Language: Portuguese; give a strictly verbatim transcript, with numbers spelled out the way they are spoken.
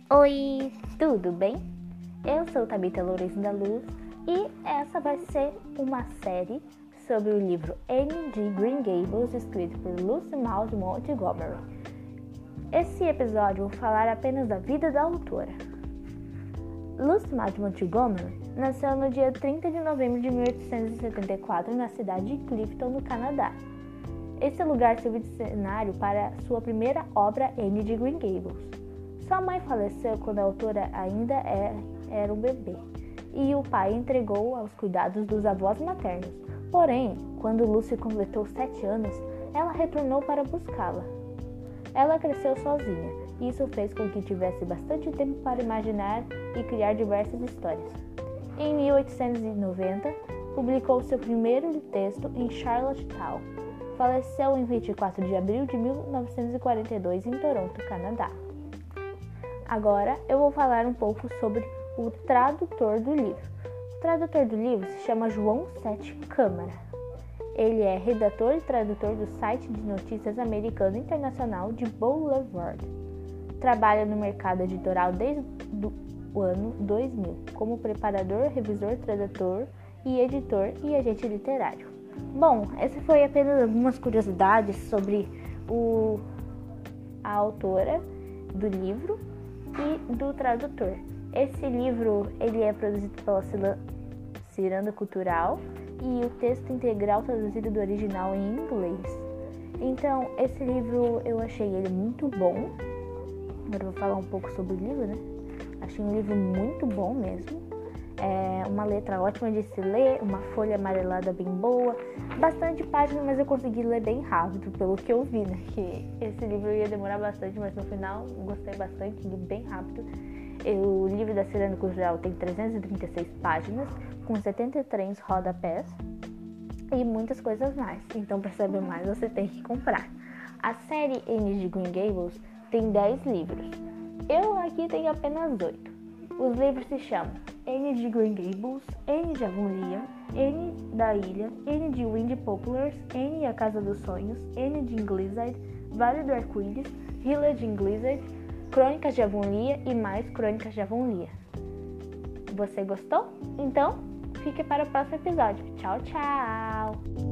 Oi, tudo bem? Eu sou Tabita Lourenço da Luz e essa vai ser uma série sobre o livro Anne de Green Gables, escrito por Lucy Maud Montgomery. Esse episódio eu vou falar apenas da vida da autora. Lucy Maud Montgomery nasceu no dia trinta de novembro de mil oitocentos e setenta e quatro na cidade de Clifton, no Canadá. Esse lugar serviu de cenário para sua primeira obra, Anne de Green Gables. Sua mãe faleceu quando a autora ainda era um bebê e o pai entregou aos cuidados dos avós maternos. Porém, quando Lucy completou sete anos, ela retornou para buscá-la. Ela cresceu sozinha e isso fez com que tivesse bastante tempo para imaginar e criar diversas histórias. Em mil oitocentos e noventa, publicou seu primeiro texto em Charlottetown. Faleceu em vinte e quatro de abril de mil novecentos e quarenta e dois em Toronto, Canadá. Agora eu vou falar um pouco sobre o tradutor do livro. O tradutor do livro se chama João Sete Câmara. Ele é redator e tradutor do site de notícias americano internacional de Boulevard. Trabalha no mercado editorial desde o ano dois mil, como preparador, revisor, tradutor e editor e agente literário. Bom, essa foi apenas algumas curiosidades sobre o, a autora do livro e do tradutor. Esse livro ele é produzido pela Ciranda Cultural e o texto integral traduzido do original em inglês. Então, esse livro eu achei ele muito bom. Agora eu vou falar um pouco sobre o livro, né? Achei um livro muito bom mesmo. É uma letra ótima de se ler, uma folha amarelada bem boa, bastante página, mas eu consegui ler bem rápido, pelo que eu vi, né? Que esse livro ia demorar bastante, mas no final gostei bastante, li bem rápido. O livro da Ciranda Cultural tem trezentas e trinta e seis páginas, com setenta e três rodapés e muitas coisas mais. Então, para saber mais, você tem que comprar. A série Anne de Green Gables tem dez livros. Eu aqui tenho apenas oito. Os livros se chamam Anne de Green Gables, Anne de Avonlea, Anne da Ilha, Anne de Wind Poplars, Anne e a Casa dos Sonhos, Anne de Ingleside, Vale do Arco-Íris, Village Ingleside, Crônicas de Avonlea e mais Crônicas de Avonlea. Você gostou? Então, fique para o próximo episódio. Tchau, tchau!